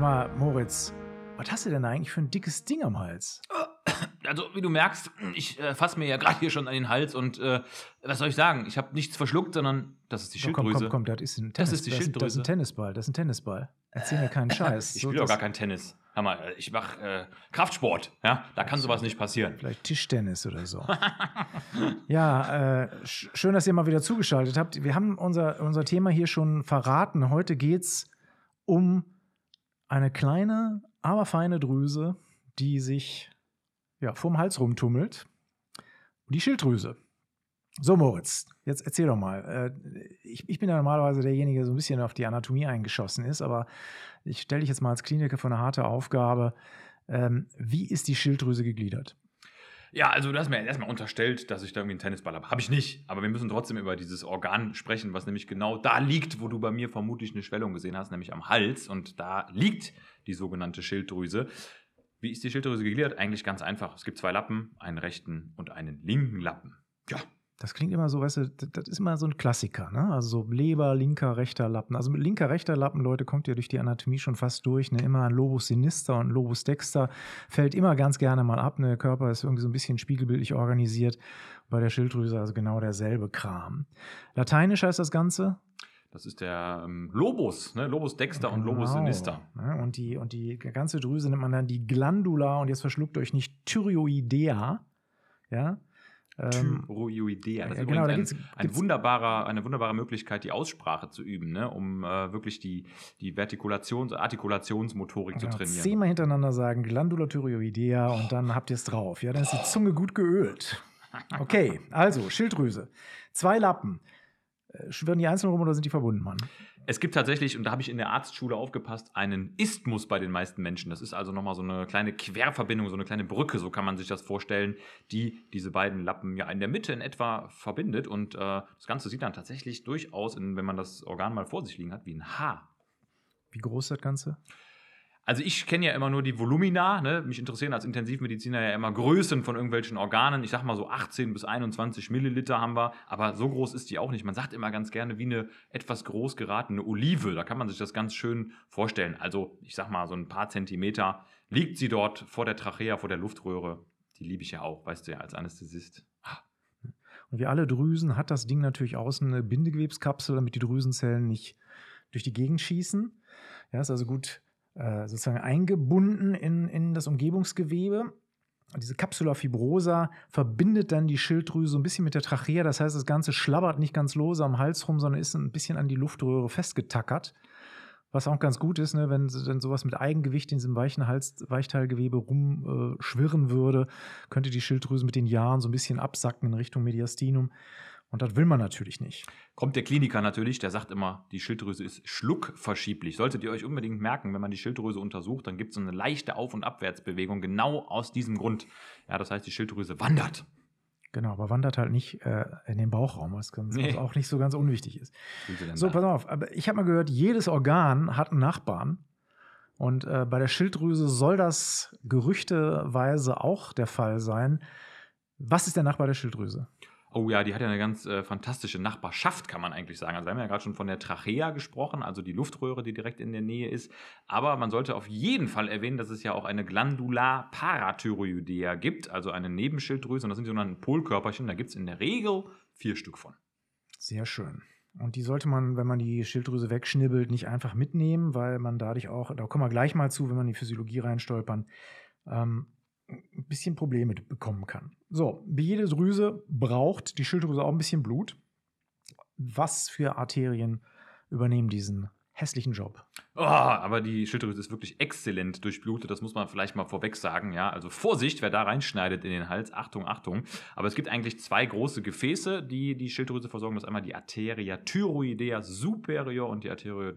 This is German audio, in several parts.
mal, Moritz, was hast du denn eigentlich für ein dickes Ding am Hals? Also, wie du merkst, ich fasse mir ja gerade hier schon an den Hals und was soll ich sagen? Ich habe nichts verschluckt, sondern das ist die Schilddrüse. Komm, das ist ein Das Tennis. ist die Das ist Schilddrüse. ein Tennisball. Das ist ein Tennisball. Erzähl mir keinen Scheiß. Ich So, spiele doch das- gar kein Tennis. Hör mal, ich mache Kraftsport. Ja, da kann sowas nicht passieren. Vielleicht Tischtennis oder so. Ja, schön, dass ihr mal wieder zugeschaltet habt. Wir haben unser Thema hier schon verraten. Heute geht's um eine kleine, aber feine Drüse, die sich vorm Hals rumtummelt. Die Schilddrüse. So, Moritz, jetzt erzähl doch mal. Ich bin ja normalerweise derjenige, der so ein bisschen auf die Anatomie eingeschossen ist, aber ich stelle dich jetzt mal als Kliniker vor eine harte Aufgabe. Wie ist die Schilddrüse gegliedert? Ja, also du hast mir erstmal unterstellt, dass ich da irgendwie einen Tennisball habe. Habe ich nicht. Aber wir müssen trotzdem über dieses Organ sprechen, was nämlich genau da liegt, wo du bei mir vermutlich eine Schwellung gesehen hast, nämlich am Hals. Und da liegt die sogenannte Schilddrüse. Wie ist die Schilddrüse gegliedert? Eigentlich ganz einfach. Es gibt 2 Lappen, einen rechten und einen linken Lappen. Ja. Das klingt immer so, weißt du, das ist immer so ein Klassiker, ne? Also so Leber, linker, rechter Lappen. Also mit linker, rechter Lappen, Leute, kommt ihr durch die Anatomie schon fast durch, ne? Immer ein Lobus sinister und Lobus dexter fällt immer ganz gerne mal ab, ne? Der Körper ist irgendwie so ein bisschen spiegelbildlich organisiert. Bei der Schilddrüse also genau derselbe Kram. Lateinisch heißt das Ganze? Das ist der Lobus, ne? Lobus dexter und Lobus sinister. Ne? Und die ganze Drüse nennt man dann die Glandula, und jetzt verschluckt euch nicht, Thyreoidea, ja? Thyroidea. Das ist genau, übrigens eine wunderbare Möglichkeit, die Aussprache zu üben, ne? Um wirklich die Artikulationsmotorik zu trainieren. 10-mal hintereinander sagen, Glandula thyreoidea, und dann habt ihr es drauf. Ja, dann ist die Zunge gut geölt. Okay, also Schilddrüse. 2 Lappen. Schwirren die einzeln rum oder sind die verbunden, Mann? Es gibt tatsächlich, und da habe ich in der Arztschule aufgepasst, einen Isthmus bei den meisten Menschen. Das ist also nochmal so eine kleine Querverbindung, so eine kleine Brücke, so kann man sich das vorstellen, die diese beiden Lappen ja in der Mitte in etwa verbindet. Und das Ganze sieht dann tatsächlich durchaus, wenn man das Organ mal vor sich liegen hat, wie ein Haar. Wie groß ist das Ganze? Also ich kenne ja immer nur die Volumina, ne? Mich interessieren als Intensivmediziner ja immer Größen von irgendwelchen Organen. Ich sag mal so 18 bis 21 Milliliter haben wir, aber so groß ist die auch nicht. Man sagt immer ganz gerne wie eine etwas groß geratene Olive. Da kann man sich das ganz schön vorstellen. Also ich sag mal so ein paar Zentimeter liegt sie dort vor der Trachea, vor der Luftröhre. Die liebe ich ja auch, weißt du ja, als Anästhesist. Und wie alle Drüsen hat das Ding natürlich außen eine Bindegewebskapsel, damit die Drüsenzellen nicht durch die Gegend schießen. Ja, ist also gut sozusagen eingebunden in das Umgebungsgewebe. Und diese Capsula fibrosa verbindet dann die Schilddrüse so ein bisschen mit der Trachea. Das heißt, das Ganze schlabbert nicht ganz lose am Hals rum, sondern ist ein bisschen an die Luftröhre festgetackert. Was auch ganz gut ist, ne, wenn sowas mit Eigengewicht in diesem Weichteilgewebe rumschwirren würde, könnte die Schilddrüse mit den Jahren so ein bisschen absacken in Richtung Mediastinum. Und das will man natürlich nicht. Kommt der Kliniker natürlich, der sagt immer, die Schilddrüse ist schluckverschieblich. Solltet ihr euch unbedingt merken, wenn man die Schilddrüse untersucht, dann gibt es so eine leichte Auf- und Abwärtsbewegung, genau aus diesem Grund. Ja, das heißt, die Schilddrüse wandert. Genau, aber wandert halt nicht in den Bauchraum, was auch nicht so ganz unwichtig ist. So, pass auf, aber ich habe mal gehört, jedes Organ hat einen Nachbarn. Und bei der Schilddrüse soll das gerüchteweise auch der Fall sein. Was ist der Nachbar der Schilddrüse? Oh ja, die hat ja eine ganz fantastische Nachbarschaft, kann man eigentlich sagen. Also wir haben ja gerade schon von der Trachea gesprochen, also die Luftröhre, die direkt in der Nähe ist. Aber man sollte auf jeden Fall erwähnen, dass es ja auch eine Glandula parathyroidea gibt, also eine Nebenschilddrüse. Und das sind die sogenannten Polkörperchen. Da gibt es in der Regel 4 Stück von. Sehr schön. Und die sollte man, wenn man die Schilddrüse wegschnibbelt, nicht einfach mitnehmen, weil man dadurch auch, da kommen wir gleich mal zu, wenn wir in die Physiologie reinstolpern, ein bisschen Probleme bekommen kann. So, wie jede Drüse braucht die Schilddrüse auch ein bisschen Blut. Was für Arterien übernehmen diesen hässlichen Job? Oh, aber die Schilddrüse ist wirklich exzellent durchblutet, das muss man vielleicht mal vorweg sagen. Ja? Also Vorsicht, wer da reinschneidet in den Hals, Achtung, Achtung. Aber es gibt eigentlich 2 große Gefäße, die die Schilddrüse versorgen. Das ist einmal die Arteria thyroidea superior und die Arteria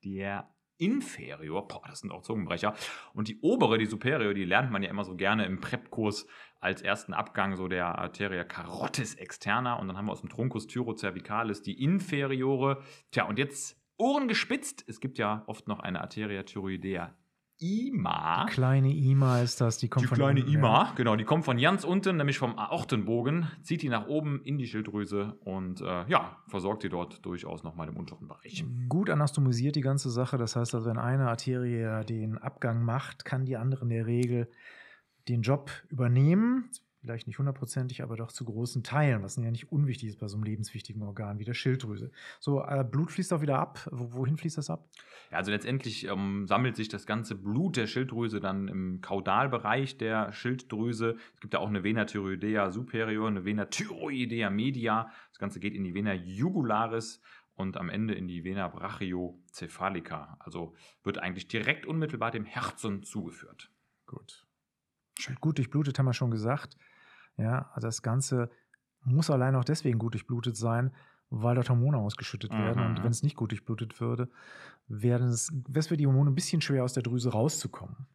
inferior, das sind auch Zungenbrecher. Und die obere, die superior, die lernt man ja immer so gerne im Prep-Kurs als ersten Abgang, so der Arteria carotis externa. Und dann haben wir aus dem Truncus thyrocervicalis die inferiore. Tja, und jetzt Ohren gespitzt. Es gibt ja oft noch eine Arteria thyroidea IMA. Kleine Ima ist das, die kommt Die von kleine unten, IMA, genau, die kommt von ganz unten, nämlich vom Aortenbogen, zieht die nach oben in die Schilddrüse und versorgt die dort durchaus nochmal im unteren Bereich. Gut anastomisiert die ganze Sache. Das heißt also, wenn eine Arterie den Abgang macht, kann die andere in der Regel den Job übernehmen. Vielleicht nicht hundertprozentig, aber doch zu großen Teilen, was ja nicht unwichtig ist bei so einem lebenswichtigen Organ wie der Schilddrüse. So, Blut fließt auch wieder ab. Wohin fließt das ab? Ja, also letztendlich sammelt sich das ganze Blut der Schilddrüse dann im Kaudalbereich der Schilddrüse. Es gibt ja auch eine Vena thyroidea superior, eine Vena thyroidea media. Das Ganze geht in die Vena jugularis und am Ende in die Vena brachiocephalica. Also wird eigentlich direkt unmittelbar dem Herzen zugeführt. Gut. Gut durchblutet haben wir schon gesagt. Ja, also das Ganze muss allein auch deswegen gut durchblutet sein, weil dort Hormone ausgeschüttet werden. Und wenn es nicht gut durchblutet würde, wäre es für die Hormone ein bisschen schwer, aus der Drüse rauszukommen.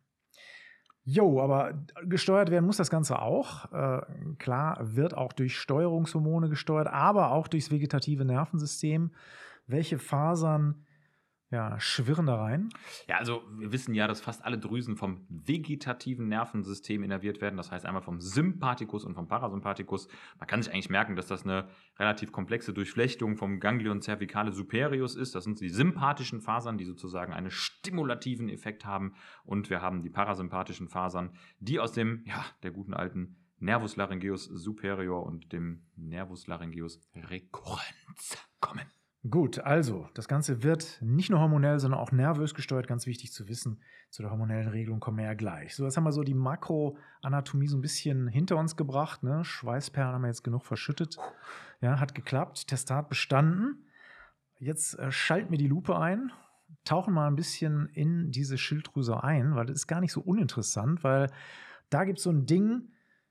Jo, aber gesteuert werden muss das Ganze auch. Klar, wird auch durch Steuerungshormone gesteuert, aber auch durchs vegetative Nervensystem. Welche Fasern schwirren da rein? Ja, also wir wissen ja, dass fast alle Drüsen vom vegetativen Nervensystem innerviert werden. Das heißt einmal vom Sympathikus und vom Parasympathikus. Man kann sich eigentlich merken, dass das eine relativ komplexe Durchflechtung vom Ganglion cervicale superius ist. Das sind die sympathischen Fasern, die sozusagen einen stimulativen Effekt haben. Und wir haben die parasympathischen Fasern, die aus dem, der guten alten Nervus laryngeus superior und dem Nervus laryngeus recurrens kommen. Gut, also das Ganze wird nicht nur hormonell, sondern auch nervös gesteuert. Ganz wichtig zu wissen. Zu der hormonellen Regelung kommen wir ja gleich. So, jetzt haben wir so die Makroanatomie so ein bisschen hinter uns gebracht. Ne? Schweißperlen haben wir jetzt genug verschüttet. Ja, hat geklappt. Testat bestanden. Jetzt schalten wir die Lupe ein, tauchen mal ein bisschen in diese Schilddrüse ein, weil das ist gar nicht so uninteressant, weil da gibt es so ein Ding,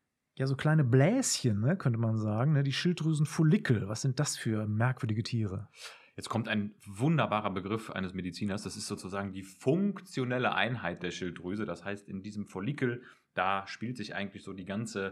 so kleine Bläschen, ne, könnte man sagen, ne, die Schilddrüsenfollikel. Was sind das für merkwürdige Tiere? Jetzt kommt ein wunderbarer Begriff eines Mediziners. Das ist sozusagen die funktionelle Einheit der Schilddrüse. Das heißt, in diesem Follikel, da spielt sich eigentlich so die ganze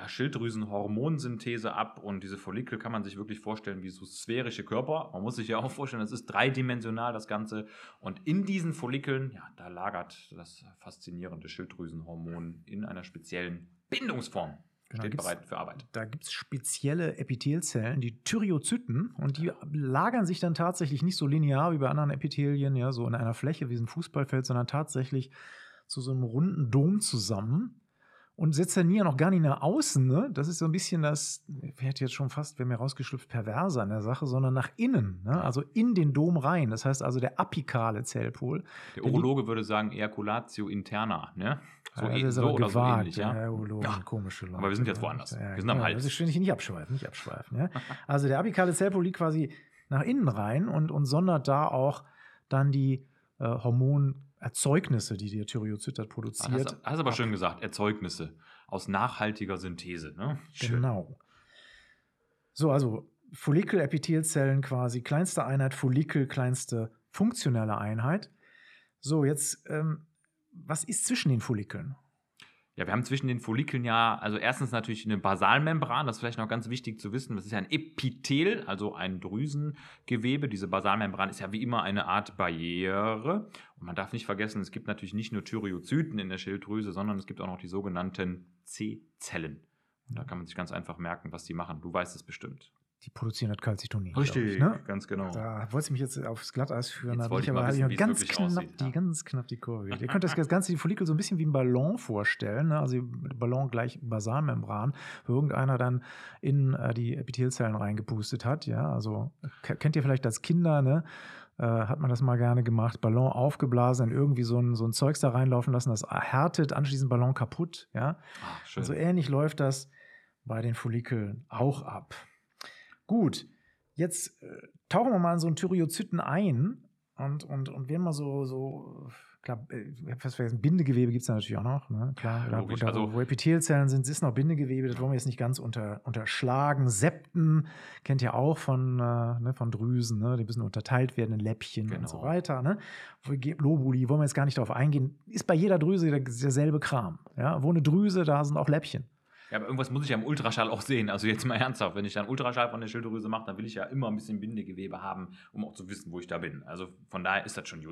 Schilddrüsenhormonsynthese ab. Und diese Follikel kann man sich wirklich vorstellen wie so sphärische Körper. Man muss sich ja auch vorstellen, das ist dreidimensional, das Ganze. Und in diesen Follikeln, da lagert das faszinierende Schilddrüsenhormon in einer speziellen Bindungsform. Steht bereit für Arbeit. Da gibt es spezielle Epithelzellen, die Thyreozyten, und die lagern sich dann tatsächlich nicht so linear wie bei anderen Epithelien, so in einer Fläche wie ein Fußballfeld, sondern tatsächlich zu so einem runden Dom zusammen und sezionieren auch gar nicht nach außen. Ne? Das ist so ein bisschen das, wäre jetzt schon fast, wäre mir rausgeschlüpft, perverser an der Sache, sondern nach innen, ne? Also in den Dom rein. Das heißt also der apikale Zellpol. Der Urologe würde sagen Ejaculatio interna, ne? So, das ist aber oder gewagt, so ähnlich, ja. Komische Leute. Aber wir sind jetzt woanders. Wir sind am Hals. Das ist ständig nicht abschweifen. Ja? Also der apikale Zellpol liegt quasi nach innen rein und sondert da auch dann die Hormonerzeugnisse, die der Thyreozyt hat produziert. Hast aber schön gesagt, Erzeugnisse aus nachhaltiger Synthese. Ne? Genau. So, also Follikel-Epithelzellen quasi, kleinste Einheit, Follikel, kleinste funktionelle Einheit. So, jetzt, was ist zwischen den Follikeln? Ja, wir haben zwischen den Follikeln also erstens natürlich eine Basalmembran, das ist vielleicht noch ganz wichtig zu wissen, das ist ja ein Epithel, also ein Drüsengewebe. Diese Basalmembran ist ja wie immer eine Art Barriere. Und man darf nicht vergessen, es gibt natürlich nicht nur Thyreozyten in der Schilddrüse, sondern es gibt auch noch die sogenannten C-Zellen. Und da kann man sich ganz einfach merken, was die machen. Du weißt es bestimmt. Die produzieren das Calcitonin. Richtig, ne? Ganz genau. Da wollte ich mich jetzt aufs Glatteis führen. Jetzt wollte ich mal wissen, wie es wirklich aussieht. Ganz knapp die Kurve. Ihr könnt das Ganze, die Follikel, so ein bisschen wie ein Ballon vorstellen. Ne? Also Ballon gleich Basalmembran, wo irgendeiner dann in die Epithelzellen reingepustet hat. Ja, also kennt ihr vielleicht als Kinder, ne? Hat man das mal gerne gemacht, Ballon aufgeblasen, dann irgendwie so ein Zeugs da reinlaufen lassen, das härtet, anschließend Ballon kaputt. Ja? Schön. Also ähnlich läuft das bei den Follikeln auch ab. Gut, jetzt tauchen wir mal in so einen Thyreozyten ein und werden mal so klar, was vergessen, Bindegewebe gibt es da natürlich auch noch, ne? Klar, logisch, wo Epithelzellen sind, ist noch Bindegewebe, das wollen wir jetzt nicht ganz unterschlagen. Septen kennt ihr auch von Drüsen, ne? Die müssen unterteilt werden in Läppchen und so weiter. Ne? Lobuli, wollen wir jetzt gar nicht darauf eingehen, ist bei jeder Drüse derselbe Kram. Ja? Wo eine Drüse, da sind auch Läppchen. Ja, aber irgendwas muss ich ja im Ultraschall auch sehen. Also jetzt mal ernsthaft, wenn ich dann Ultraschall von der Schilddrüse mache, dann will ich ja immer ein bisschen Bindegewebe haben, um auch zu wissen, wo ich da bin. Also von daher ist das schon gut so.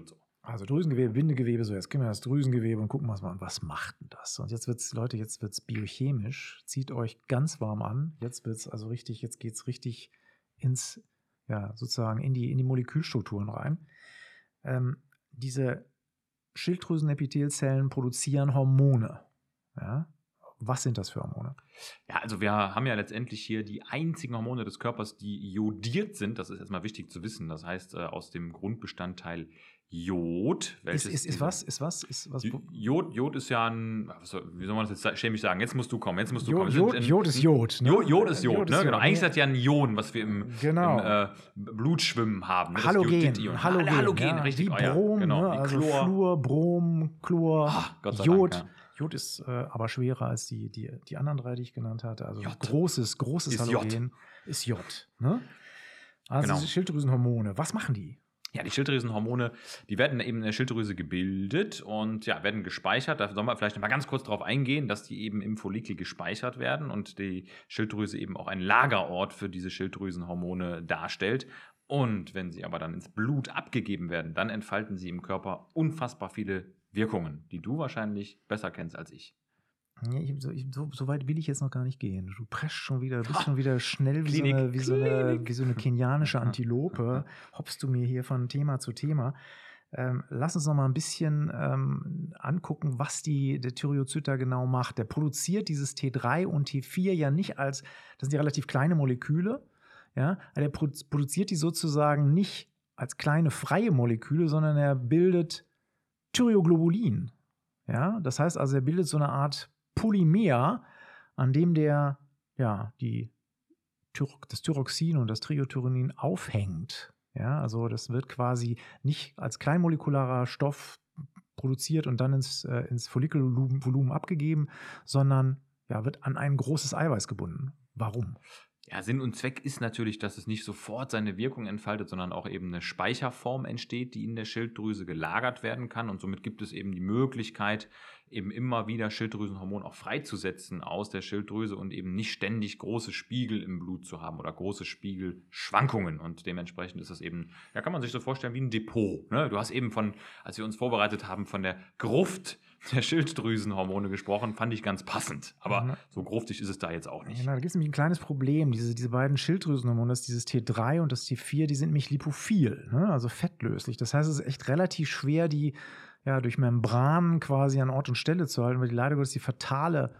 Also Drüsengewebe, Bindegewebe, so jetzt gehen wir das Drüsengewebe und gucken wir mal an, was macht denn das? Und jetzt wird's, Leute, jetzt wird's biochemisch. Zieht euch ganz warm an. Jetzt wird's also richtig, jetzt geht's richtig ins, ja, sozusagen in die Molekülstrukturen rein. Diese Schilddrüsenepithelzellen produzieren Hormone. Ja? Was sind das für Hormone? Ja, also wir haben ja letztendlich hier die einzigen Hormone des Körpers, die jodiert sind. Das ist erstmal wichtig zu wissen. Das heißt, aus dem Grundbestandteil Jod. Ist was? Jod ist ja ein, wie soll man das jetzt chemisch sagen? Jetzt musst du kommen. Jod ist Jod. Ne? Jod ist Jod, ne? Genau. Eigentlich ist ne? das ja ein Ion, was wir im Blutschwimmen haben. Ne? Halogen, richtig. Wie Brom, genau. Ne? Also Fluor, Brom, Chlor, Gott sei Jod. Dank, ja. Jod ist aber schwerer als die anderen drei, die ich genannt hatte. Also J. großes Ist Halogen ist J. Ne? Also Genau. diese Schilddrüsenhormone, was machen die? Ja, die Schilddrüsenhormone, die werden eben in der Schilddrüse gebildet und ja, werden gespeichert. Da sollen wir vielleicht noch mal ganz kurz darauf eingehen, dass die eben im Follikel gespeichert werden und die Schilddrüse eben auch ein Lagerort für diese Schilddrüsenhormone darstellt. Und wenn sie aber dann ins Blut abgegeben werden, dann entfalten sie im Körper unfassbar viele Wirkungen, die du wahrscheinlich besser kennst als ich. Ja, so weit will ich jetzt noch gar nicht gehen. Du bist schon wieder schnell wie so eine kenianische Antilope. Hoppst du mir hier von Thema zu Thema. Lass uns noch mal ein bisschen angucken, was der Thyreozyt da genau macht. Der produziert dieses T3 und T4 ja nicht das sind ja relativ kleine Moleküle. Ja? Der produziert die sozusagen nicht als kleine freie Moleküle, sondern er bildet Thyroglobulin. Ja? Das heißt also, er bildet so eine Art Polymer, an dem das Thyroxin und das Triiodthyronin aufhängt. Ja, also das wird quasi nicht als kleinmolekularer Stoff produziert und dann ins Follikelvolumen abgegeben, sondern wird an ein großes Eiweiß gebunden. Warum? Ja, Sinn und Zweck ist natürlich, dass es nicht sofort seine Wirkung entfaltet, sondern auch eben eine Speicherform entsteht, die in der Schilddrüse gelagert werden kann. Und somit gibt es eben die Möglichkeit, eben immer wieder Schilddrüsenhormon auch freizusetzen aus der Schilddrüse und eben nicht ständig große Spiegel im Blut zu haben oder große Spiegelschwankungen. Und dementsprechend ist das eben, ja, kann man sich so vorstellen wie ein Depot. Ne? Du hast eben als wir uns vorbereitet haben, von der Gruft der Schilddrüsenhormone gesprochen, fand ich ganz passend. Aber so gruftig ist es da jetzt auch nicht. Ja, da gibt es nämlich ein kleines Problem. Diese beiden Schilddrüsenhormone, das dieses T3 und das T4, die sind nämlich lipophil, ne? Also fettlöslich. Das heißt, es ist echt relativ schwer, die durch Membranen quasi an Ort und Stelle zu halten, weil die leider Gottes die fatale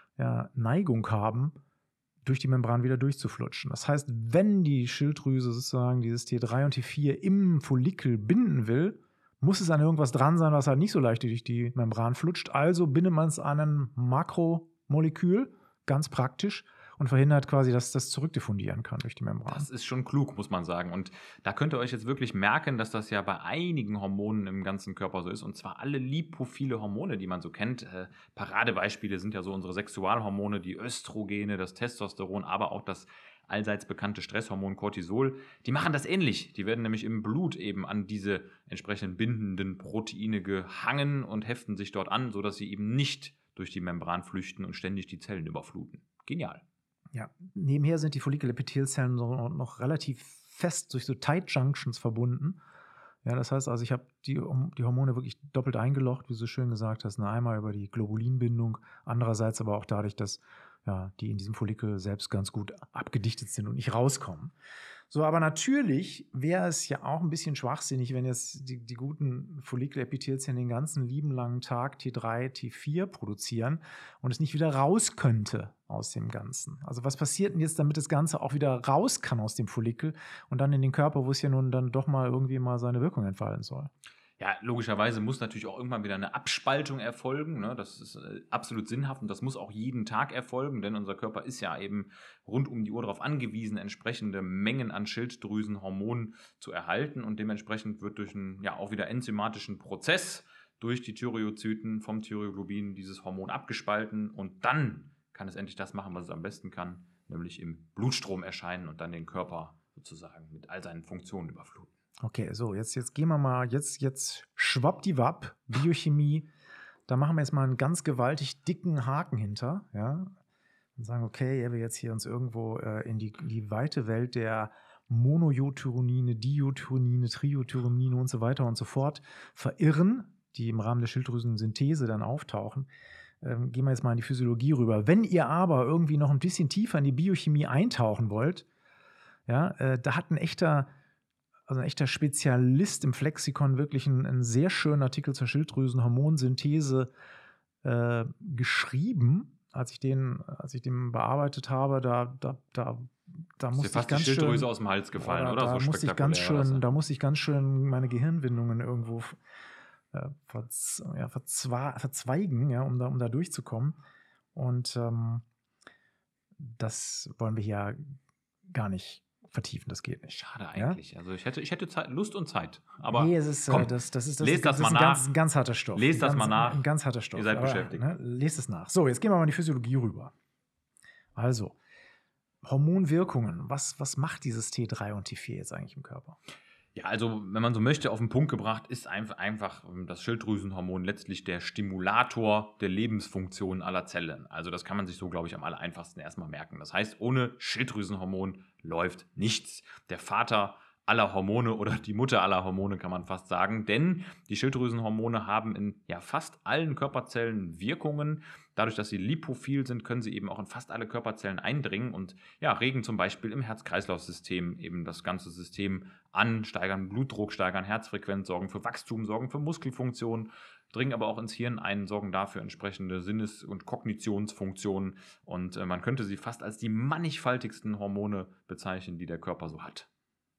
Neigung haben, durch die Membran wieder durchzuflutschen. Das heißt, wenn die Schilddrüse sozusagen dieses T3 und T4 im Follikel binden will, muss es an irgendwas dran sein, was halt nicht so leicht durch die Membran flutscht. Also bindet man es an ein Makromolekül, ganz praktisch, und verhindert quasi, dass das zurückdiffundieren kann durch die Membran. Das ist schon klug, muss man sagen. Und da könnt ihr euch jetzt wirklich merken, dass das ja bei einigen Hormonen im ganzen Körper so ist. Und zwar alle lipophile Hormone, die man so kennt. Paradebeispiele sind ja so unsere Sexualhormone, die Östrogene, das Testosteron, aber auch das allseits bekannte Stresshormon Cortisol, die machen das ähnlich. Die werden nämlich im Blut eben an diese entsprechend bindenden Proteine gehangen und heften sich dort an, sodass sie eben nicht durch die Membran flüchten und ständig die Zellen überfluten. Genial. Ja, nebenher sind die Follikel-Epithelzellen noch relativ fest durch so Tight Junctions verbunden. Ja, das heißt also, ich habe die Hormone wirklich doppelt eingelocht, wie du so schön gesagt hast. Einmal über die Globulinbindung, andererseits aber auch dadurch, dass die in diesem Follikel selbst ganz gut abgedichtet sind und nicht rauskommen. So, aber natürlich wäre es ja auch ein bisschen schwachsinnig, wenn jetzt die guten Follikel-Epithelzellen den ganzen lieben langen Tag T3, T4 produzieren und es nicht wieder raus könnte aus dem Ganzen. Also was passiert denn jetzt, damit das Ganze auch wieder raus kann aus dem Follikel und dann in den Körper, wo es ja nun dann doch mal irgendwie mal seine Wirkung entfalten soll? Ja, logischerweise muss natürlich auch irgendwann wieder eine Abspaltung erfolgen. Ne? Das ist absolut sinnhaft und das muss auch jeden Tag erfolgen, denn unser Körper ist ja eben rund um die Uhr darauf angewiesen, entsprechende Mengen an Schilddrüsenhormonen zu erhalten und dementsprechend wird durch einen auch wieder enzymatischen Prozess durch die Thyreozyten vom Thyroglobulin dieses Hormon abgespalten und dann kann es endlich das machen, was es am besten kann, nämlich im Blutstrom erscheinen und dann den Körper sozusagen mit all seinen Funktionen überfluten. Okay, so, jetzt gehen wir mal, jetzt schwappdiwapp, Biochemie, da machen wir jetzt mal einen ganz gewaltig dicken Haken hinter, ja, und sagen, okay, wir jetzt hier uns irgendwo in die weite Welt der Monoiodthyronine, Diiodthyronine, Triiodthyronine und so weiter und so fort verirren, die im Rahmen der Schilddrüsensynthese dann auftauchen. Gehen wir jetzt mal in die Physiologie rüber. Wenn ihr aber irgendwie noch ein bisschen tiefer in die Biochemie eintauchen wollt, ja, da hat ein echter Spezialist im Flexikon wirklich einen sehr schönen Artikel zur Schilddrüsenhormonsynthese geschrieben, als ich den bearbeitet habe. Da musste ich fast ganz die Schilddrüse schön, aus dem Hals gefallen, oder? Da So musste ich ganz schön meine Gehirnwindungen irgendwo verzweigen, ja, um da durchzukommen. Und das wollen wir hier gar nicht vertiefen, das geht nicht. Schade eigentlich. Ja? Also ich hätte Zeit, Lust und Zeit. Aber nee, das ist ein ganz harter Stoff. Lest das mal nach. Ein ganz harter Stoff. Ihr seid beschäftigt. Ne, lest es nach. So, jetzt gehen wir mal in die Physiologie rüber. Also, Hormonwirkungen. Was macht dieses T3 und T4 jetzt eigentlich im Körper? Ja, also wenn man so möchte, auf den Punkt gebracht, ist einfach das Schilddrüsenhormon letztlich der Stimulator der Lebensfunktion aller Zellen. Also das kann man sich so, glaube ich, am aller einfachsten erstmal merken. Das heißt, ohne Schilddrüsenhormon läuft nichts. Der Vater aller Hormone oder die Mutter aller Hormone, kann man fast sagen. Denn die Schilddrüsenhormone haben in fast allen Körperzellen Wirkungen. Dadurch, dass sie lipophil sind, können sie eben auch in fast alle Körperzellen eindringen und regen zum Beispiel im Herz-Kreislauf-System eben das ganze System an, steigern Blutdruck, steigern Herzfrequenz, sorgen für Wachstum, sorgen für Muskelfunktion, dringen aber auch ins Hirn ein, sorgen dafür entsprechende Sinnes- und Kognitionsfunktionen. Und man könnte sie fast als die mannigfaltigsten Hormone bezeichnen, die der Körper so hat.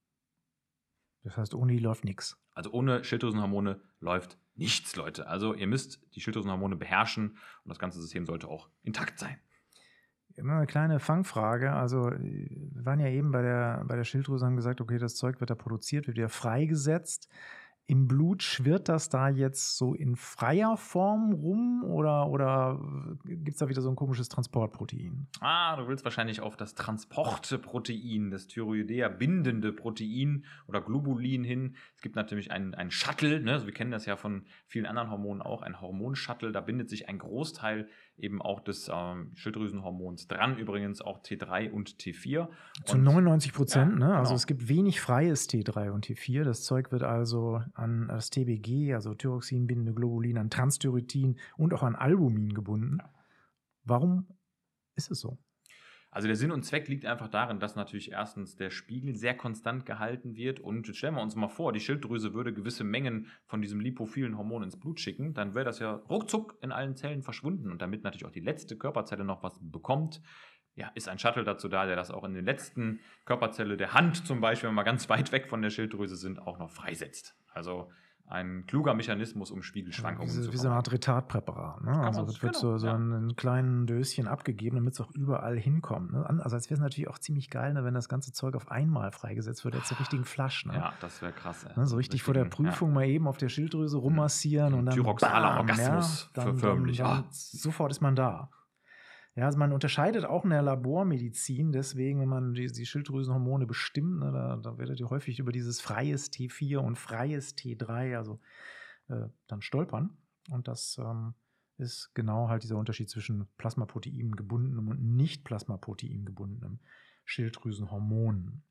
Das heißt, ohne die läuft nichts. Also ohne Schilddrüsenhormone läuft nichts, Leute. Also ihr müsst die Schilddrüsenhormone beherrschen und das ganze System sollte auch intakt sein. Immer eine kleine Fangfrage. Also wir waren ja eben bei der Schilddrüse, haben gesagt, okay, das Zeug wird da produziert, wird wieder freigesetzt. Im Blut schwirrt das da jetzt so in freier Form rum oder gibt es da wieder so ein komisches Transportprotein? Du willst wahrscheinlich auf das Transportprotein, das Thyroidea bindende Protein oder Globulin hin. Es gibt natürlich einen Shuttle, ne? Also wir kennen das ja von vielen anderen Hormonen auch, ein Hormonshuttle. Da bindet sich ein Großteil eben auch des Schilddrüsenhormons dran, übrigens auch T3 und T4. Zu 99%, ne? Also genau. es gibt wenig freies T3 und T4. Das Zeug wird also an das TBG, also Thyroxin-bindende Globulin, an Transthyretin und auch an Albumin gebunden. Ja. Warum ist es so? Also der Sinn und Zweck liegt einfach darin, dass natürlich erstens der Spiegel sehr konstant gehalten wird und jetzt stellen wir uns mal vor, die Schilddrüse würde gewisse Mengen von diesem lipophilen Hormon ins Blut schicken, dann wäre das ja ruckzuck in allen Zellen verschwunden und damit natürlich auch die letzte Körperzelle noch was bekommt, ist ein Shuttle dazu da, der das auch in den letzten Körperzelle der Hand zum Beispiel, wenn wir mal ganz weit weg von der Schilddrüse sind, auch noch freisetzt. Also ein kluger Mechanismus, um Spiegelschwankungen zu vermeiden. Wie so eine Art Retardpräparat. Ne? Also es wird so in kleinen Döschen abgegeben, damit es auch überall hinkommt. Ne? Also es wäre natürlich auch ziemlich geil, ne, wenn das ganze Zeug auf einmal freigesetzt wird, jetzt so richtigen Flasch. Ne? Ja, das wäre krass. Ne? So richtig vor der Prüfung mal eben auf der Schilddrüse rummassieren und dann Tyroxaler Orgasmus förmlich. Sofort ist man da. Ja, also man unterscheidet auch in der Labormedizin, deswegen, wenn man die Schilddrüsenhormone bestimmt, ne, da werdet ihr häufig über dieses freies T4 und freies T3, also dann stolpern. Und das ist genau halt dieser Unterschied zwischen Plasmaprotein gebundenem und nicht Plasmaprotein gebundenem Schilddrüsenhormonen.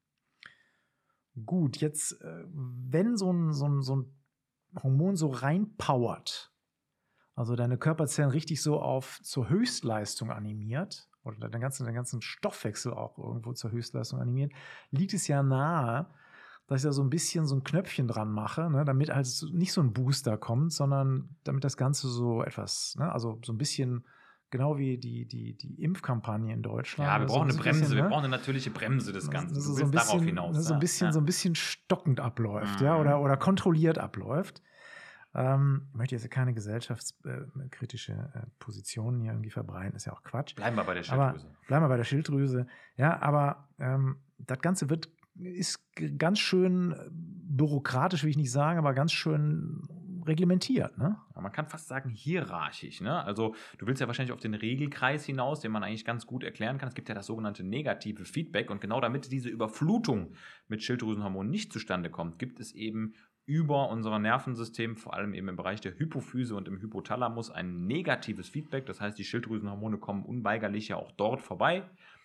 Gut, jetzt, wenn so ein Hormon so reinpowert, also deine Körperzellen richtig so zur Höchstleistung animiert oder den ganzen Stoffwechsel auch irgendwo zur Höchstleistung animiert, liegt es ja nahe, dass ich da so ein bisschen so ein Knöpfchen dran mache, ne, damit halt nicht so ein Booster kommt, sondern damit das Ganze so etwas, ne, also so ein bisschen genau wie die Impfkampagne in Deutschland. Ja, wir brauchen eine Bremse, wir brauchen eine natürliche Bremse des Ganzen. Du willst darauf hinaus. So ein bisschen stockend abläuft, oder kontrolliert abläuft. Ich möchte jetzt keine gesellschaftskritische Positionen hier irgendwie verbreiten, ist ja auch Quatsch. Bleiben wir bei der Schilddrüse. Ja, aber das Ganze ist ganz schön bürokratisch, will ich nicht sagen, aber ganz schön reglementiert, ne? Ja, man kann fast sagen hierarchisch, ne? Also du willst ja wahrscheinlich auf den Regelkreis hinaus, den man eigentlich ganz gut erklären kann. Es gibt ja das sogenannte negative Feedback und genau damit diese Überflutung mit Schilddrüsenhormonen nicht zustande kommt, gibt es eben über unser Nervensystem, vor allem eben im Bereich der Hypophyse und im Hypothalamus, ein negatives Feedback. Das heißt, die Schilddrüsenhormone kommen unweigerlich ja auch dort vorbei.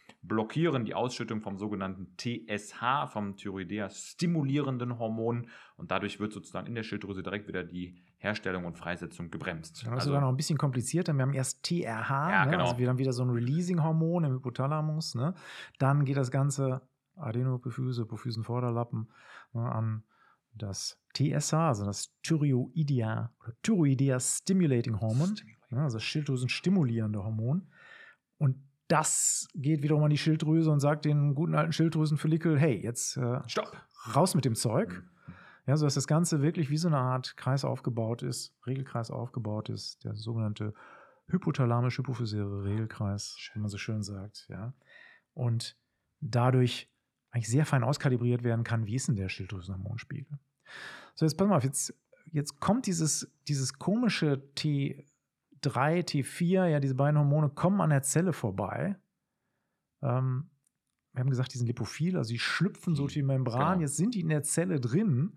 blockieren die Ausschüttung vom sogenannten TSH, vom Thyroidea-stimulierenden Hormon. Und dadurch wird sozusagen in der Schilddrüse direkt wieder die Herstellung und Freisetzung gebremst. Das ist sogar noch ein bisschen komplizierter. Wir haben erst TRH, genau. Also wir haben wieder so ein Releasing-Hormon im Hypothalamus. Ne? Dann geht das Ganze Adenohypophyse, Hypophysenvorderlappen an das TSH, also das Thyroidea Stimulating Hormon, also das Schilddrüsen-stimulierende Hormon. Und das geht wiederum an die Schilddrüse und sagt den guten alten Schilddrüsenfollikel, hey, jetzt Stopp! Raus mit dem Zeug. Ja, sodass das Ganze wirklich wie so eine Art Kreis aufgebaut ist, Regelkreis aufgebaut ist, der sogenannte hypothalamisch-hypophysäre Regelkreis, wie man so schön sagt. Ja. Und dadurch eigentlich sehr fein auskalibriert werden kann, wie ist denn der Schilddrüsenhormonspiegel. So, jetzt pass mal auf, jetzt kommt dieses komische T3, T4, ja, diese beiden Hormone kommen an der Zelle vorbei. Wir haben gesagt, die sind lipophil, also die schlüpfen so durch die Membran, Jetzt sind die in der Zelle drin,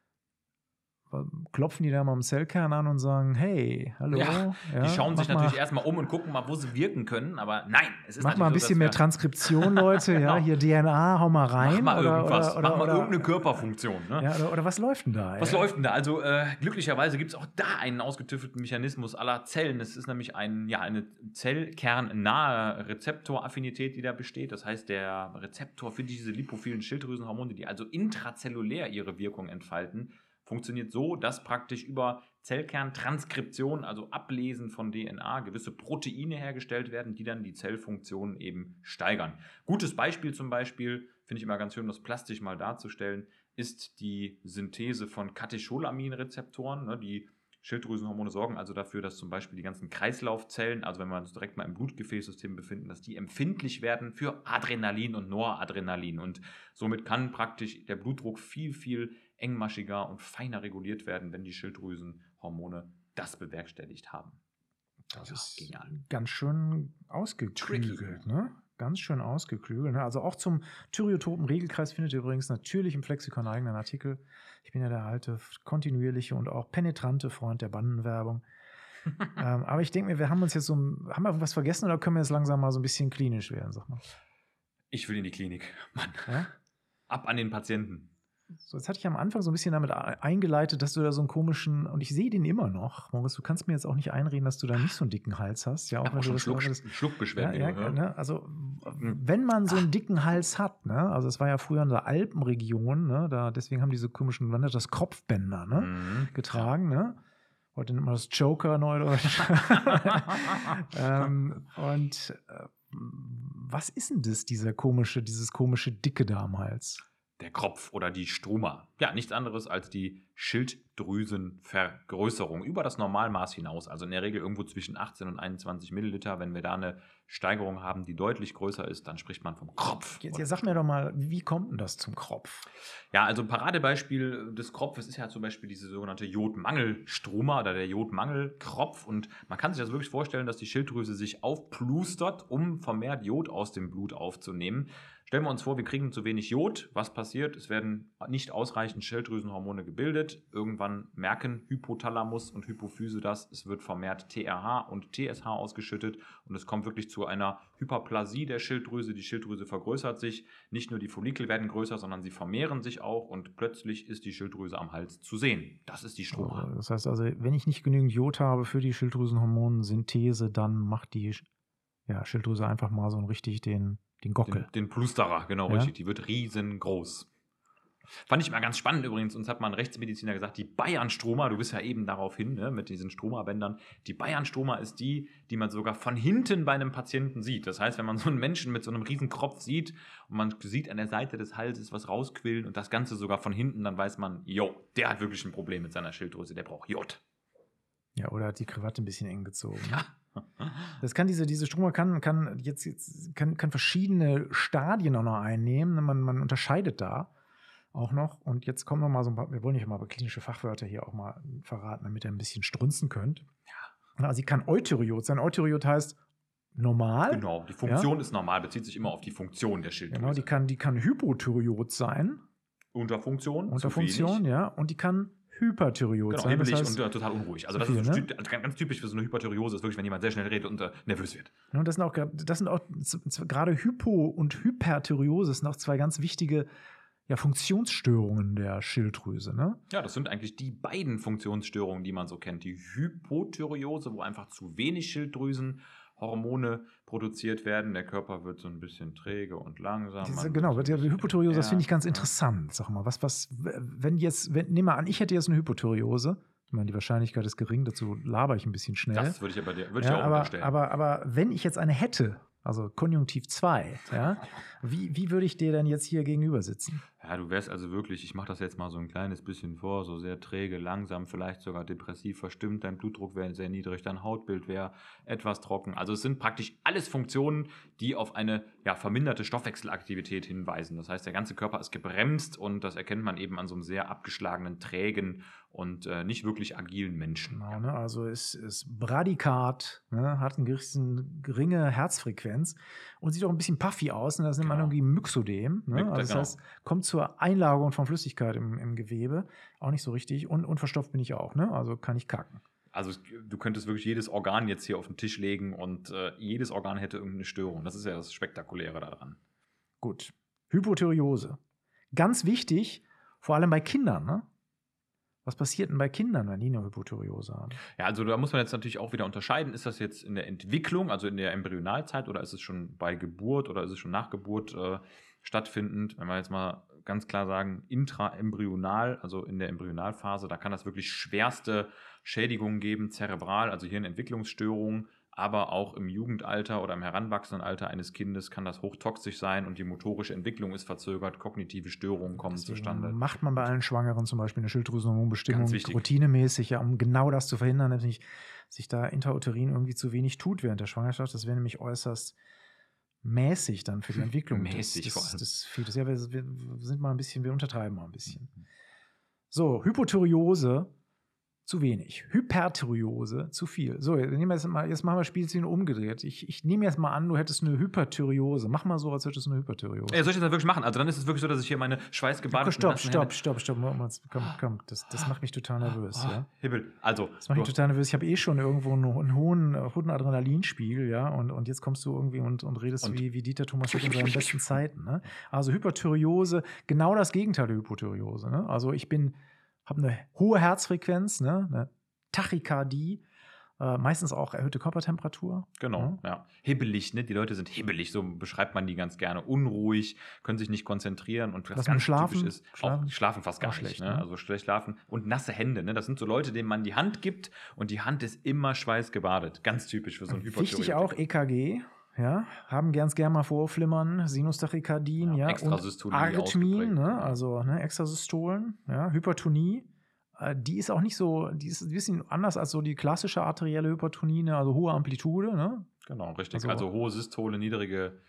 klopfen die da mal am Zellkern an und sagen, hey, hallo. Ja, die schauen sich natürlich erstmal um und gucken mal, wo sie wirken können, aber nein, es ist mach mal ein bisschen mehr Transkription, Leute, ja, hier DNA, hau mal rein. Mach mal irgendwas, mach mal irgendeine Körperfunktion. Ne? Ja, oder was läuft denn da? Was läuft denn da? Also glücklicherweise gibt es auch da einen ausgetüftelten Mechanismus aller Zellen. Es ist nämlich eine zellkernnahe Rezeptoraffinität, die da besteht. Das heißt, der Rezeptor für diese lipophilen Schilddrüsenhormone, die also intrazellulär ihre Wirkung entfalten, funktioniert so, dass praktisch über Zellkerntranskription, also Ablesen von DNA, gewisse Proteine hergestellt werden, die dann die Zellfunktion eben steigern. Gutes Beispiel zum Beispiel, finde ich immer ganz schön, das plastisch mal darzustellen, ist die Synthese von Katecholaminrezeptoren. Ne, die Schilddrüsenhormone sorgen also dafür, dass zum Beispiel die ganzen Kreislaufzellen, also wenn wir uns direkt mal im Blutgefäßsystem befinden, dass die empfindlich werden für Adrenalin und Noradrenalin. Und somit kann praktisch der Blutdruck viel, viel engmaschiger und feiner reguliert werden, wenn die Schilddrüsenhormone das bewerkstelligt haben. Das ist genial. Ganz schön ausgeklügelt, ne? Ganz schön ausgeklügelt. Ne? Also auch zum thyreotopen Regelkreis findet ihr übrigens natürlich im Flexikon einen eigenen Artikel. Ich bin ja der alte, kontinuierliche und auch penetrante Freund der Bandenwerbung. Aber ich denke mir, haben wir irgendwas vergessen oder können wir jetzt langsam mal so ein bisschen klinisch werden, sag mal? Ich will in die Klinik, Mann. Ja? Ab an den Patienten. So, jetzt hatte ich am Anfang so ein bisschen damit eingeleitet, dass du da so einen komischen, und ich sehe den immer noch, Moritz, du kannst mir jetzt auch nicht einreden, dass du da nicht so einen dicken Hals hast. Ja, auch wenn du das Schluckbeschwerden. Ne? Also, wenn man so einen dicken Hals hat, ne? Also es war ja früher in der Alpenregion, ne? Deswegen haben diese komischen, das Kropfbänder, ne? Getragen, ne? Heute nennt man das Joker, Neudeutsch. Was ist denn das, dieses komische Dicke da am Hals? Der Kropf oder die Struma. Ja, nichts anderes als die Schilddrüsenvergrößerung über das Normalmaß hinaus. Also in der Regel irgendwo zwischen 18 und 21 Milliliter. Wenn wir da eine Steigerung haben, die deutlich größer ist, dann spricht man vom Kropf. Jetzt sag mir doch mal, wie kommt denn das zum Kropf? Ja, also ein Paradebeispiel des Kropfes ist ja zum Beispiel diese sogenannte Jodmangelstruma oder der Jodmangelkropf. Und man kann sich das wirklich vorstellen, dass die Schilddrüse sich aufplustert, um vermehrt Jod aus dem Blut aufzunehmen. Stellen wir uns vor, wir kriegen zu wenig Jod. Was passiert? Es werden nicht ausreichend Schilddrüsenhormone gebildet. Irgendwann merken Hypothalamus und Hypophyse das. Es wird vermehrt TRH und TSH ausgeschüttet und es kommt wirklich zu einer Hyperplasie der Schilddrüse. Die Schilddrüse vergrößert sich. Nicht nur die Follikel werden größer, sondern sie vermehren sich auch und plötzlich ist die Schilddrüse am Hals zu sehen. Das ist die Struma. Das heißt also, wenn ich nicht genügend Jod habe für die Schilddrüsenhormonsynthese, dann macht die Schilddrüse einfach mal so richtig den Gockel. Den Plusterer, genau, ja? Richtig. Die wird riesengroß. Fand ich mal ganz spannend übrigens. Uns hat mal ein Rechtsmediziner gesagt, die Bayern-Struma, du bist ja eben darauf hin, ne, mit diesen Struma-Bändern. Die Bayern-Struma ist die man sogar von hinten bei einem Patienten sieht. Das heißt, wenn man so einen Menschen mit so einem riesen Kropf sieht und man sieht an der Seite des Halses was rausquillen und das Ganze sogar von hinten, dann weiß man, der hat wirklich ein Problem mit seiner Schilddrüse, der braucht Jod. Ja, oder hat die Krawatte ein bisschen eng gezogen. Ja. Das kann diese Struma kann verschiedene Stadien auch noch einnehmen. Man unterscheidet da auch noch. Und jetzt kommen noch mal so ein paar, wir wollen nicht mal klinische Fachwörter hier auch mal verraten, damit ihr ein bisschen strunzen könnt. Ja. Also sie kann Eutyriot sein. Eutyriot heißt normal. Genau, die Funktion ist normal, bezieht sich immer auf die Funktion der Schilddrüse. Genau, die kann Hypothyriot sein. Unterfunktion, ja. Und die kann Hyperthyreot Genau, sein. hebelig Das heißt, und total unruhig. Also zu das ist viel, ne? also ganz typisch für so eine Hyperthyreose, ist wirklich, wenn jemand sehr schnell redet und nervös wird. Ja, und das sind auch gerade Hypo- und Hyperthyreose sind auch zwei ganz wichtige Funktionsstörungen der Schilddrüse. Ne? Ja, das sind eigentlich die beiden Funktionsstörungen, die man so kennt. Die Hypothyreose, wo einfach zu wenig Schilddrüsenhormone produziert werden. Der Körper wird so ein bisschen träge und langsam. Genau, die Hypothyreose, das finde ich ganz Ja. interessant. Sag mal, nehmen wir an, ich hätte jetzt eine Hypothyreose. Ich meine, die Wahrscheinlichkeit ist gering, dazu laber ich ein bisschen schnell. Das würde ich aber dir auch unterstellen. Aber wenn ich jetzt eine hätte, also Konjunktiv 2, ja, wie würde ich dir denn jetzt hier gegenüber sitzen? Ja, du wärst also wirklich, ich mache das jetzt mal so ein kleines bisschen vor, so sehr träge, langsam, vielleicht sogar depressiv verstimmt, dein Blutdruck wäre sehr niedrig, dein Hautbild wäre etwas trocken. Also es sind praktisch alles Funktionen, die auf eine verminderte Stoffwechselaktivität hinweisen. Das heißt, der ganze Körper ist gebremst und das erkennt man eben an so einem sehr abgeschlagenen, trägen und nicht wirklich agilen Menschen. Genau, ne? Also ist Bradikat, ne? Hat eine geringe Herzfrequenz und sieht auch ein bisschen puffy aus. Ne? Das nennt man irgendwie Myxödem. Ne? Also das heißt, kommt zur Einlagerung von Flüssigkeit im Gewebe. Auch nicht so richtig. Und verstopft bin ich auch. Ne? Also kann ich kacken. Also du könntest wirklich jedes Organ jetzt hier auf den Tisch legen und jedes Organ hätte irgendeine Störung. Das ist ja das Spektakuläre daran. Gut. Hypothyreose. Ganz wichtig, vor allem bei Kindern. Ne? Was passiert denn bei Kindern, wenn die eine Hypothyreose haben? Ja, also da muss man jetzt natürlich auch wieder unterscheiden. Ist das jetzt in der Entwicklung, also in der Embryonalzeit, oder ist es schon bei Geburt oder ist es schon nach Geburt stattfindend? Wenn wir jetzt mal ganz klar sagen, intraembryonal, also in der Embryonalphase, da kann das wirklich schwerste Schädigungen geben, zerebral, also Hirnentwicklungsstörungen, aber auch im Jugendalter oder im heranwachsenden Alter eines Kindes kann das hochtoxisch sein und die motorische Entwicklung ist verzögert, kognitive Störungen kommen zustande. Macht man bei allen Schwangeren zum Beispiel eine Schilddrüsenhormonbestimmung routinemäßig, um genau das zu verhindern, nämlich sich da intrauterin irgendwie zu wenig tut während der Schwangerschaft. Das wäre nämlich äußerst mäßig dann für die Entwicklung des Fetus. Ja, wir untertreiben mal ein bisschen. So, Hypothyreose zu wenig. Hyperthyreose, zu viel. So, jetzt machen wir Spielziehen umgedreht. Ich nehme jetzt mal an, du hättest eine Hyperthyreose. Mach mal so, als hättest du eine Hyperthyreose. Ja, soll ich das wirklich machen? Also dann ist es wirklich so, dass ich hier meine schweißgebadeten Stopp. Komm, das macht mich total nervös. Ja? Hibbel, also. Das macht mich total nervös. Ich habe schon irgendwo einen hohen Adrenalinspiegel, ja, und jetzt kommst du irgendwie und redest wie Dieter Thomas Heck in seinen besten Zeiten. Ne? Also Hyperthyreose, genau das Gegenteil der Hypothyreose. Ne? Also ich habe eine hohe Herzfrequenz, ne? Eine Tachykardie, meistens auch erhöhte Körpertemperatur. Genau, ja. Hibbelig, ne? Die Leute sind hibbelig, so beschreibt man die ganz gerne. Unruhig, können sich nicht konzentrieren und was ganz typisch ist, schlafen fast gar nicht. Schlecht, ne? Also schlecht schlafen und nasse Hände. Ne? Das sind so Leute, denen man die Hand gibt und die Hand ist immer schweißgebadet. Ganz typisch für so ein Hypothyreotiker. Wichtig auch EKG. Ja, haben gern mal Vorflimmern, Sinustachykardien, und Arrhythmien, ne, also Extrasystolen, Hypertonie. Die ist auch nicht so, die ist ein bisschen anders als so die klassische arterielle Hypertonie, ne, also hohe Amplitude. Ne? Genau, richtig. Also hohe Systole, niedrige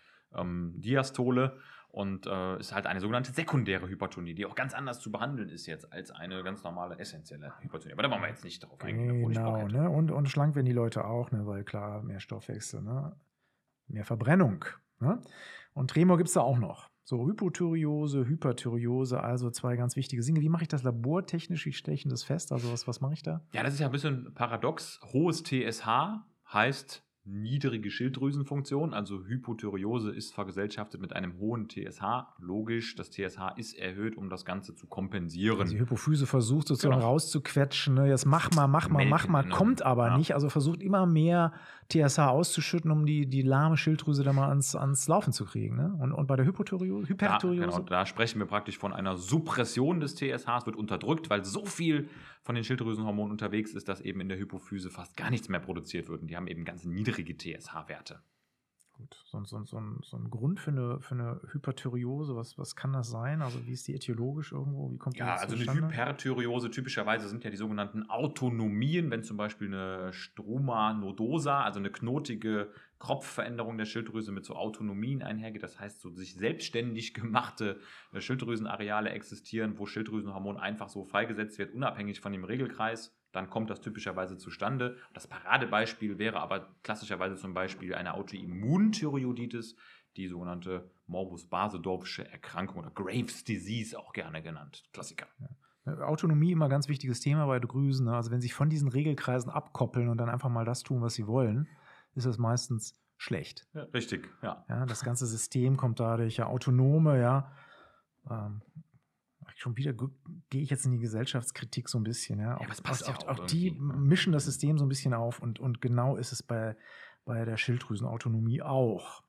Diastole und ist halt eine sogenannte sekundäre Hypertonie, die auch ganz anders zu behandeln ist jetzt als eine ganz normale essentielle Hypertonie. Aber da wollen wir jetzt nicht drauf eingehen. Genau, ne? Und schlank werden die Leute auch, ne? Weil klar, mehr Stoffwechsel, ne? Mehr Verbrennung. Ne? Und Tremor gibt es da auch noch. So Hypothyreose, Hyperthyreose, also zwei ganz wichtige Dinge. Wie mache ich das labortechnisch? Wie stelle ich das fest? Also was mache ich da? Ja, das ist ja ein bisschen paradox. Hohes TSH heißt niedrige Schilddrüsenfunktion, also Hypothyreose ist vergesellschaftet mit einem hohen TSH. Logisch, das TSH ist erhöht, um das Ganze zu kompensieren. Also die Hypophyse versucht sozusagen rauszuquetschen, ne? Jetzt mach mal, kommt aber nicht. Also versucht immer mehr TSH auszuschütten, um die lahme Schilddrüse da mal ans Laufen zu kriegen. Ne? Und bei der Hyperthyreose? Genau, da sprechen wir praktisch von einer Suppression des TSH. Es wird unterdrückt, weil so viel von den Schilddrüsenhormonen unterwegs ist, dass eben in der Hypophyse fast gar nichts mehr produziert wird. Und die haben eben ganz niedrige TSH-Werte. Gut, so ein Grund für eine Hyperthyreose, was kann das sein? Also wie ist die etiologisch irgendwo? Wie kommt die also eine Hyperthyreose typischerweise sind ja die sogenannten Autonomien, wenn zum Beispiel eine Struma nodosa, also eine knotige Kropfveränderung der Schilddrüse mit so Autonomien einhergeht. Das heißt, so sich selbstständig gemachte Schilddrüsenareale existieren, wo Schilddrüsenhormon einfach so freigesetzt wird, unabhängig von dem Regelkreis. Dann kommt das typischerweise zustande. Das Paradebeispiel wäre aber klassischerweise zum Beispiel eine Autoimmunthyreoiditis, die sogenannte Morbus Basedorffsche Erkrankung oder Graves Disease auch gerne genannt. Klassiker. Ja. Autonomie immer ganz wichtiges Thema bei Drüsen. Ne? Also wenn sie sich von diesen Regelkreisen abkoppeln und dann einfach mal das tun, was sie wollen, ist das meistens schlecht. Ja, richtig, ja. Ja, das ganze System kommt dadurch, ja, Autonome, ja. Schon wieder gehe ich jetzt in die Gesellschaftskritik so ein bisschen. Ja. Das passt ja auch die mischen das System so ein bisschen auf und genau ist es bei der Schilddrüsenautonomie auch.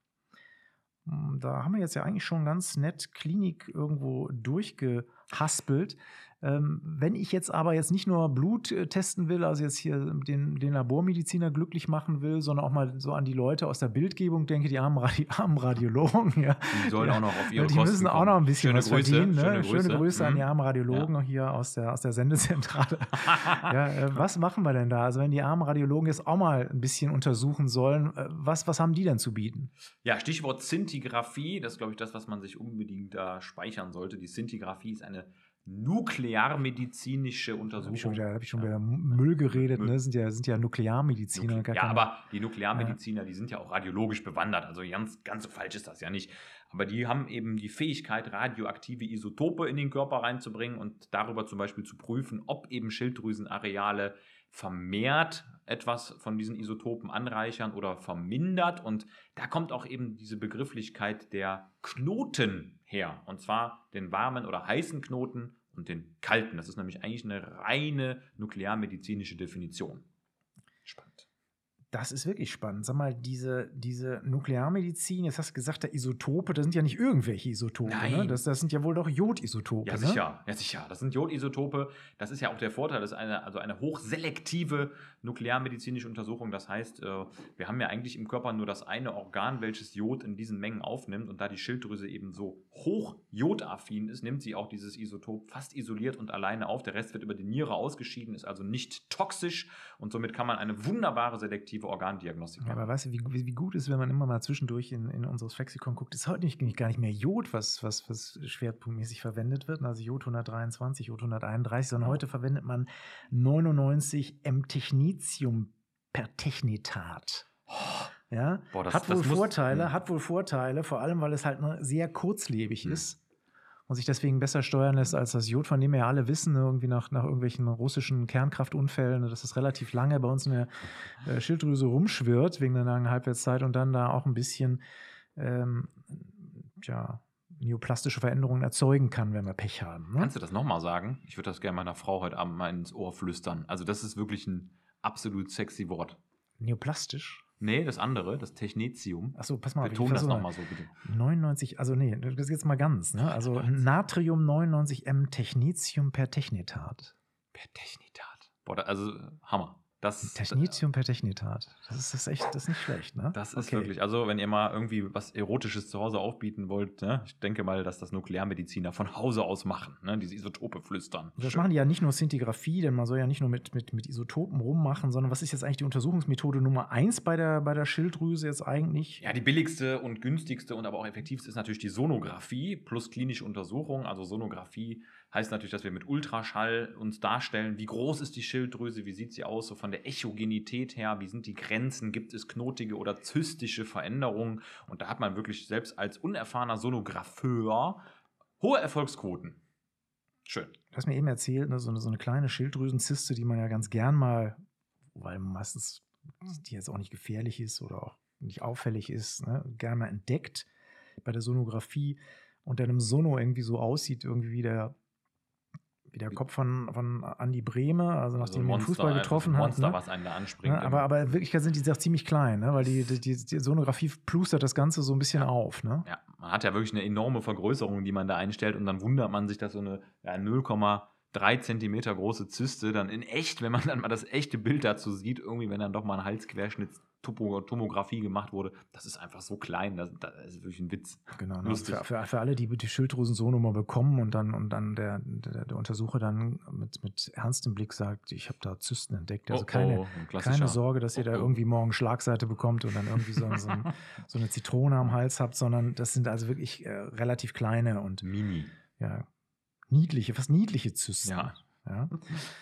Da haben wir jetzt ja eigentlich schon ganz nett Klinik irgendwo durchgehaspelt. Wenn ich jetzt aber nicht nur Blut testen will, also jetzt hier den Labormediziner glücklich machen will, sondern auch mal so an die Leute aus der Bildgebung denke, die armen Radiologen. Ja. Die sollen auch noch auf ihre Die Kosten müssen auch kommen. noch ein bisschen was verdienen. Ne? Schöne Grüße an die armen Radiologen hier aus der Sendezentrale. Ja, was machen wir denn da? Also wenn die armen Radiologen jetzt auch mal ein bisschen untersuchen sollen, was haben die denn zu bieten? Ja, Stichwort Szintigraphie, das ist, glaube ich, das, was man sich unbedingt da speichern sollte. Die Szintigraphie ist eine nuklearmedizinische Untersuchung. Da habe ich schon wieder Müll geredet, ne? Sind ja Nuklearmediziner. Aber die Nuklearmediziner, die sind ja auch radiologisch bewandert, also ganz so falsch ist das ja nicht. Aber die haben eben die Fähigkeit, radioaktive Isotope in den Körper reinzubringen und darüber zum Beispiel zu prüfen, ob eben Schilddrüsenareale vermehrt etwas von diesen Isotopen anreichern oder vermindert. Und da kommt auch eben diese Begrifflichkeit der Knoten her. Und zwar den warmen oder heißen Knoten und den kalten. Das ist nämlich eigentlich eine reine nuklearmedizinische Definition. Spannend. Das ist wirklich spannend. Sag mal, diese Nuklearmedizin, jetzt hast du gesagt, der Isotope, das sind ja nicht irgendwelche Isotope. Ne? Das sind ja wohl doch Jodisotope. Ja, sicher. Ja, sicher. Das sind Jodisotope. Das ist ja auch der Vorteil. Das ist eine hochselektive nuklearmedizinische Untersuchung. Das heißt, wir haben ja eigentlich im Körper nur das eine Organ, welches Jod in diesen Mengen aufnimmt. Und da die Schilddrüse eben so hoch jodaffin ist, nimmt sie auch dieses Isotop fast isoliert und alleine auf. Der Rest wird über die Niere ausgeschieden, ist also nicht toxisch. Und somit kann man eine wunderbare selektive Organdiagnostik machen. Aber weißt du, wie gut ist, wenn man immer mal zwischendurch in unseres Flexikon guckt, ist heute gar nicht mehr Jod, was schwerpunktmäßig verwendet wird, also Jod 123, Jod 131, sondern heute verwendet man 99 M-Technetium-Pertechnetat. Ja? Hat wohl Vorteile, vor allem, weil es halt sehr kurzlebig ist. Und sich deswegen besser steuern lässt als das Jod, von dem wir ja alle wissen, irgendwie nach irgendwelchen russischen Kernkraftunfällen, dass es relativ lange bei uns in der Schilddrüse rumschwirrt, wegen der langen Halbwertszeit und dann da auch ein bisschen neoplastische Veränderungen erzeugen kann, wenn wir Pech haben. Ne? Kannst du das nochmal sagen? Ich würde das gerne meiner Frau heute Abend mal ins Ohr flüstern. Also das ist wirklich ein absolut sexy Wort. Neoplastisch? Nee, das andere, das Technetium. Achso, pass mal. Beton das nochmal so, bitte. 99, also nee, das ist jetzt mal ganz. Ne? Also Natrium 99 M-Technetium-Pertechnetat. Pertechnetat. Boah, also Hammer. Technetium-Pertechnetat. Das ist nicht schlecht, ne? Das ist wirklich, also wenn ihr mal irgendwie was Erotisches zu Hause aufbieten wollt, ne? Ich denke mal, dass das Nuklearmediziner von Hause aus machen, ne? Diese Isotope flüstern. Das machen die ja nicht nur Szintigraphie, denn man soll ja nicht nur mit Isotopen rummachen, sondern was ist jetzt eigentlich die Untersuchungsmethode Nummer 1 bei der Schilddrüse jetzt eigentlich? Ja, die billigste und günstigste und aber auch effektivste ist natürlich die Sonographie plus klinische Untersuchung. Also Sonographie heißt natürlich, dass wir mit Ultraschall uns darstellen, wie groß ist die Schilddrüse, wie sieht sie aus, so von der Echogenität her, wie sind die Grenzen, gibt es knotige oder zystische Veränderungen? Und da hat man wirklich selbst als unerfahrener Sonographeur hohe Erfolgsquoten. Schön. Du hast mir eben erzählt, ne, so eine kleine Schilddrüsenzyste, die man ja ganz gern mal, weil meistens die jetzt auch nicht gefährlich ist oder auch nicht auffällig ist, ne, gern mal entdeckt bei der Sonographie und dann im Sono irgendwie so aussieht, irgendwie wie der Kopf von Andi Brehme, also nachdem er den Fußball getroffen hat. Monster, was einen da anspringt. Ne, aber in Wirklichkeit sind die auch ziemlich klein, ne, weil die Sonographie plustert das Ganze so ein bisschen auf. Ne? Ja, man hat ja wirklich eine enorme Vergrößerung, die man da einstellt und dann wundert man sich, dass so eine 0,3 Zentimeter große Zyste dann in echt, wenn man dann mal das echte Bild dazu sieht, irgendwie, wenn dann doch mal ein Halsquerschnittstomographie gemacht wurde, das ist einfach so klein, das ist wirklich ein Witz. Genau, lustig. Für alle, die die Schilddrüsen-Sonummer bekommen und dann der Untersucher dann mit ernstem Blick sagt, ich habe da Zysten entdeckt. Also keine Sorge, dass ihr da irgendwie morgen Schlagseite bekommt und dann irgendwie so eine Zitrone am Hals habt, sondern das sind also wirklich relativ kleine und mini. Ja, fast niedliche Zysten. Ja.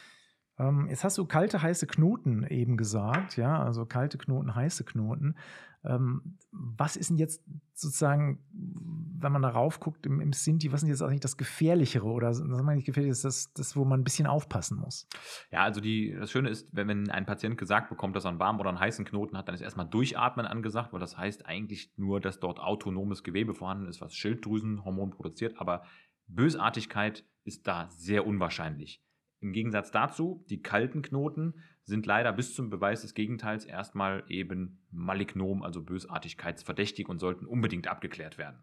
Jetzt hast du kalte, heiße Knoten eben gesagt, ja, also kalte Knoten, heiße Knoten. Was ist denn jetzt sozusagen, wenn man darauf guckt im Sinti, was ist denn jetzt eigentlich das Gefährlichere oder das nicht gefährlich ist, das, wo man ein bisschen aufpassen muss? Ja, also das Schöne ist, wenn ein Patient gesagt bekommt, dass er einen warmen oder einen heißen Knoten hat, dann ist erstmal Durchatmen angesagt, weil das heißt eigentlich nur, dass dort autonomes Gewebe vorhanden ist, was Schilddrüsenhormon produziert, aber Bösartigkeit ist da sehr unwahrscheinlich. Im Gegensatz dazu, die kalten Knoten sind leider bis zum Beweis des Gegenteils erstmal eben malignom, also bösartigkeitsverdächtig und sollten unbedingt abgeklärt werden.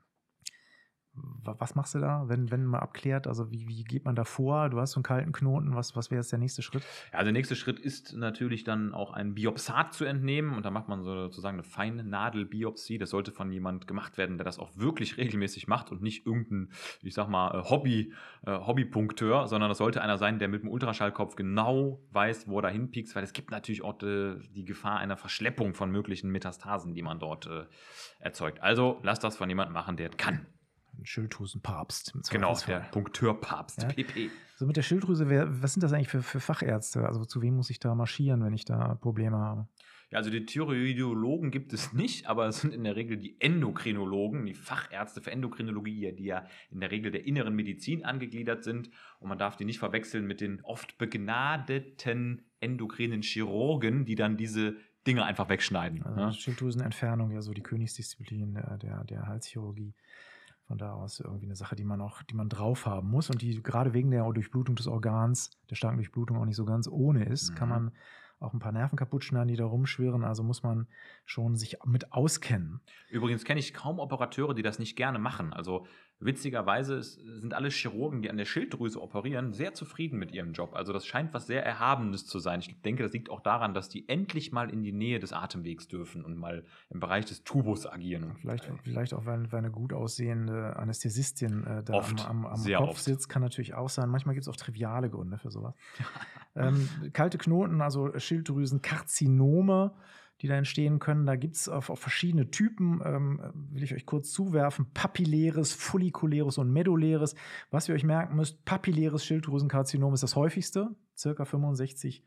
Was machst du da, wenn man abklärt? Also wie geht man da vor? Du hast so einen kalten Knoten. Was wäre jetzt der nächste Schritt? Ja, der nächste Schritt ist natürlich dann auch ein Biopsat zu entnehmen. Und da macht man sozusagen eine feine Nadelbiopsie. Das sollte von jemand gemacht werden, der das auch wirklich regelmäßig macht und nicht irgendein, ich sag mal, Hobbypunkteur, sondern das sollte einer sein, der mit dem Ultraschallkopf genau weiß, wo er da hinpiekst, weil es gibt natürlich auch die Gefahr einer Verschleppung von möglichen Metastasen, die man dort erzeugt. Also lasst das von jemandem machen, der kann. Ein Schilddrüsenpapst. Genau, der Punkteurpapst, ja? PP. So mit der Schilddrüse, was sind das eigentlich für Fachärzte? Also zu wem muss ich da marschieren, wenn ich da Probleme habe? Ja, also die Thyreoidologen gibt es nicht, aber es sind in der Regel die Endokrinologen, die Fachärzte für Endokrinologie, die ja in der Regel der inneren Medizin angegliedert sind. Und man darf die nicht verwechseln mit den oft begnadeten endokrinen Chirurgen, die dann diese Dinge einfach wegschneiden. Also Schilddrüsenentfernung, ja so die Königsdisziplin der Halschirurgie. Von da aus irgendwie eine Sache, die man drauf haben muss und die gerade wegen der Durchblutung des Organs, der starken Durchblutung auch nicht so ganz ohne ist, kann man auch ein paar Nerven kaputt schneiden, die da rumschwirren. Also muss man schon sich mit auskennen. Übrigens kenne ich kaum Operateure, die das nicht gerne machen. Also witzigerweise sind alle Chirurgen, die an der Schilddrüse operieren, sehr zufrieden mit ihrem Job. Also das scheint was sehr Erhabenes zu sein. Ich denke, das liegt auch daran, dass die endlich mal in die Nähe des Atemwegs dürfen und mal im Bereich des Tubus agieren. Vielleicht auch, weil eine gut aussehende Anästhesistin da oft, am sehr Kopf oft sitzt, kann natürlich auch sein. Manchmal gibt es auch triviale Gründe für sowas. Kalte Knoten, also Schilddrüsenkarzinome, die da entstehen können. Da gibt es auf verschiedene Typen, will ich euch kurz zuwerfen. Papilläres, follikuläres und medulläres. Was ihr euch merken müsst, papilläres Schilddrüsenkarzinom ist das häufigste, circa 65%.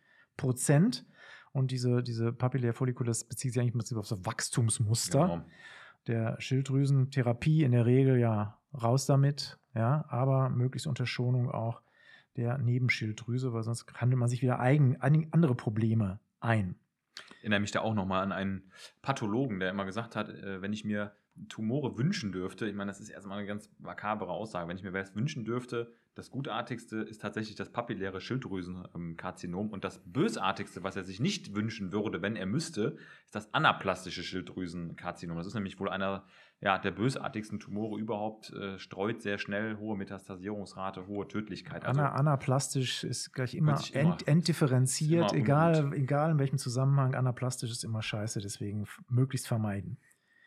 Und diese Papillär folliculis bezieht sich eigentlich im Prinzip auf das Wachstumsmuster. Genau. Der Schilddrüsentherapie in der Regel ja raus damit, ja, aber möglichst unter Schonung auch der Nebenschilddrüse, weil sonst handelt man sich wieder andere Probleme ein. Ich erinnere mich da auch nochmal an einen Pathologen, der immer gesagt hat, wenn ich mir Tumore wünschen dürfte, ich meine, das ist erstmal eine ganz makabere Aussage, wenn ich mir was wünschen dürfte, das Gutartigste ist tatsächlich das papilläre Schilddrüsenkarzinom und das Bösartigste, was er sich nicht wünschen würde, wenn er müsste, ist das anaplastische Schilddrüsenkarzinom. Das ist nämlich wohl einer der bösartigsten Tumore überhaupt, streut sehr schnell, hohe Metastasierungsrate, hohe Tödlichkeit. Also anaplastisch ist gleich immer entdifferenziert, egal in welchem Zusammenhang. Anaplastisch ist immer scheiße, deswegen möglichst vermeiden.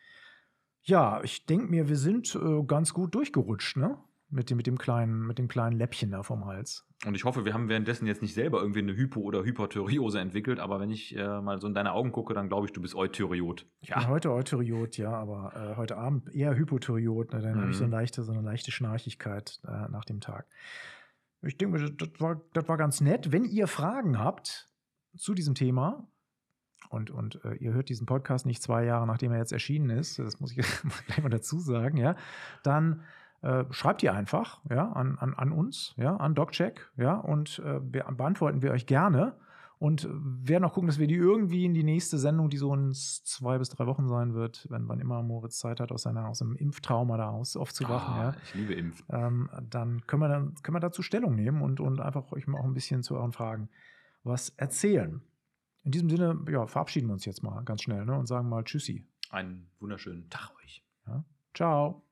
Ja, ich denke mir, wir sind ganz gut durchgerutscht, ne? Mit dem kleinen Läppchen da vom Hals. Und ich hoffe, wir haben währenddessen jetzt nicht selber irgendwie eine Hypo- oder Hyperthyreose entwickelt, aber wenn ich mal so in deine Augen gucke, dann glaube ich, du bist Eutyriot. Ich bin heute Eutyriot, ja, aber heute Abend eher Hypothyreot, ne? Dann habe ich so eine leichte Schnarchigkeit nach dem Tag. Ich denke, das war ganz nett. Wenn ihr Fragen habt zu diesem Thema, und ihr hört diesen Podcast nicht 2 Jahre, nachdem er jetzt erschienen ist, das muss ich gleich mal dazu sagen, ja, dann schreibt ihr einfach, ja, an uns, ja, an DocCheck, ja, und beantworten wir euch gerne und werden auch gucken, dass wir die irgendwie in die nächste Sendung, die so in 2 bis 3 Wochen sein wird, wann immer Moritz Zeit hat, aus einem Impftrauma da aufzuwachen, ja. Ich liebe Impfen. Dann können wir dazu Stellung nehmen und einfach euch mal auch ein bisschen zu euren Fragen was erzählen. In diesem Sinne, ja, verabschieden wir uns jetzt mal ganz schnell, ne, und sagen mal Tschüssi. Einen wunderschönen Tag euch. Ja. Ciao.